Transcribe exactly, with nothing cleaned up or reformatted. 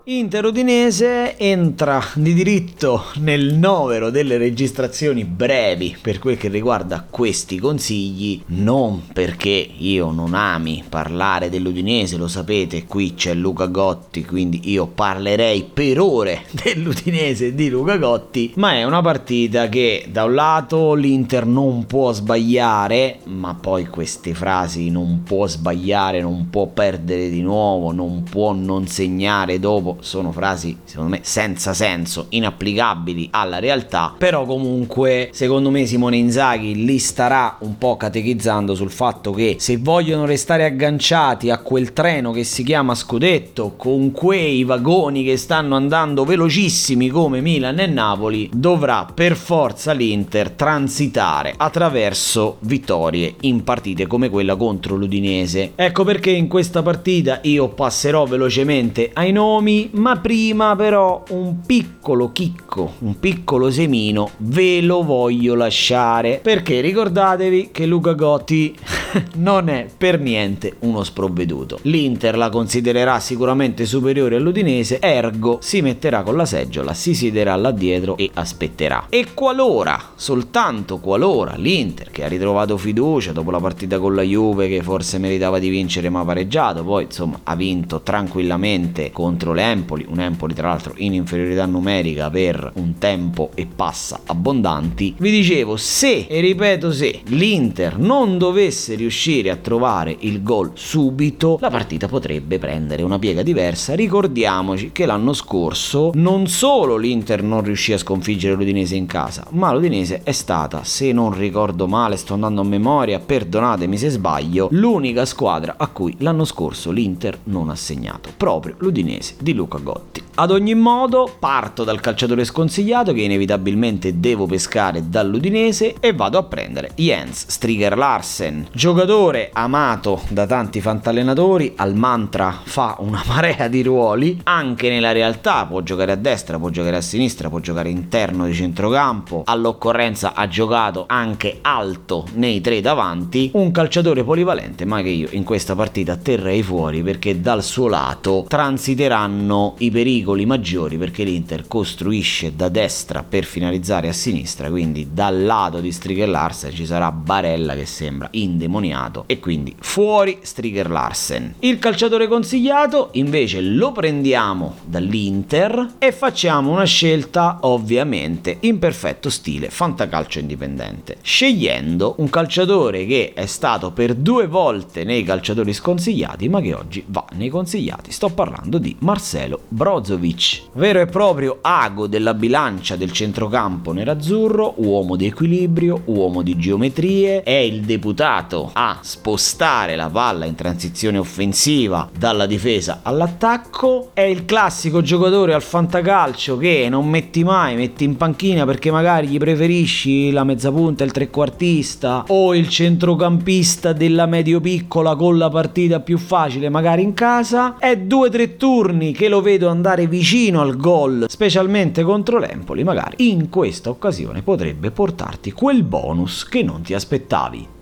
Inter Udinese entra di diritto nel novero delle registrazioni brevi per quel che riguarda questi consigli, non perché io non ami parlare dell'Udinese, lo sapete, qui c'è Luca Gotti, quindi io parlerei per ore dell'Udinese e di Luca Gotti, ma è una partita che da un lato l'Inter non può sbagliare, ma poi queste frasi non può sbagliare, non può perdere di nuovo, non può non segnare dopo, sono frasi secondo me senza senso, inapplicabili alla realtà, però comunque secondo me Simone Inzaghi li starà un po' catechizzando sul fatto che se vogliono restare agganciati a quel treno che si chiama scudetto, con quei vagoni che stanno andando velocissimi come Milan e Napoli, dovrà per forza l'Inter transitare attraverso vittorie in partite come quella contro l'Udinese. Ecco perché in questa partita io passerò velocemente ai nomi, ma prima però un piccolo chicco, un piccolo semino ve lo voglio lasciare, perché ricordatevi che Luca Gotti non è per niente uno sprovveduto. L'Inter la considererà sicuramente superiore all'Udinese, ergo si metterà con la seggiola, si siederà là dietro e aspetterà. E qualora, soltanto qualora l'Inter, che ha ritrovato fiducia dopo la partita con la Juve, che forse meritava di vincere ma pareggiato, poi insomma ha vinto tranquillamente contro l'Empoli, un Empoli tra l'altro in inferiorità numerica per un tempo e passa abbondanti, vi dicevo, se, e ripeto se, l'Inter non dovesse riuscire a trovare il gol subito, la partita potrebbe prendere una piega diversa. Ricordiamoci che l'anno scorso non solo l'Inter non riuscì a sconfiggere l'Udinese in casa, ma l'Udinese è stata, se non ricordo male, sto andando a memoria, perdonatemi se sbaglio, l'unica squadra a cui l'anno scorso l'Inter non ha segnato, proprio l'Udinese di Luca Gotti. Ad ogni modo parto dal calciatore sconsigliato che inevitabilmente devo pescare dall'Udinese e vado a prendere Jens Striger Larsen, giocatore amato da tanti fantallenatori, al mantra fa una marea di ruoli, anche nella realtà può giocare a destra, può giocare a sinistra, può giocare interno di centrocampo, all'occorrenza ha giocato anche alto nei tre davanti, un calciatore polivalente ma che io in questa partita terrei fuori perché dal suo lato transiteranno i pericoli maggiori, perché l'Inter costruisce da destra per finalizzare a sinistra, quindi dal lato di Striger Larsen ci sarà Barella che sembra indemoniato e quindi fuori Striger Larsen. Il calciatore consigliato invece lo prendiamo dall'Inter e facciamo una scelta ovviamente in perfetto stile fantacalcio indipendente, scegliendo un calciatore che è stato per due volte nei calciatori sconsigliati ma che oggi va nei consigliati. Sto parlando di Marcelo Brozovic, vero e proprio ago della bilancia del centrocampo nerazzurro, uomo di equilibrio, uomo di geometrie, è il deputato a spostare la palla in transizione offensiva dalla difesa all'attacco, è il classico giocatore al fantacalcio che non metti mai, metti in panchina perché magari gli preferisci la mezzapunta, il trequartista o il centrocampista della medio-piccola con la partita più facile magari in casa, è due o tre turni che lo vedo andare vicino al gol, specialmente contro l'Empoli, magari in questa occasione potrebbe portarti quel bonus che non ti aspettavi.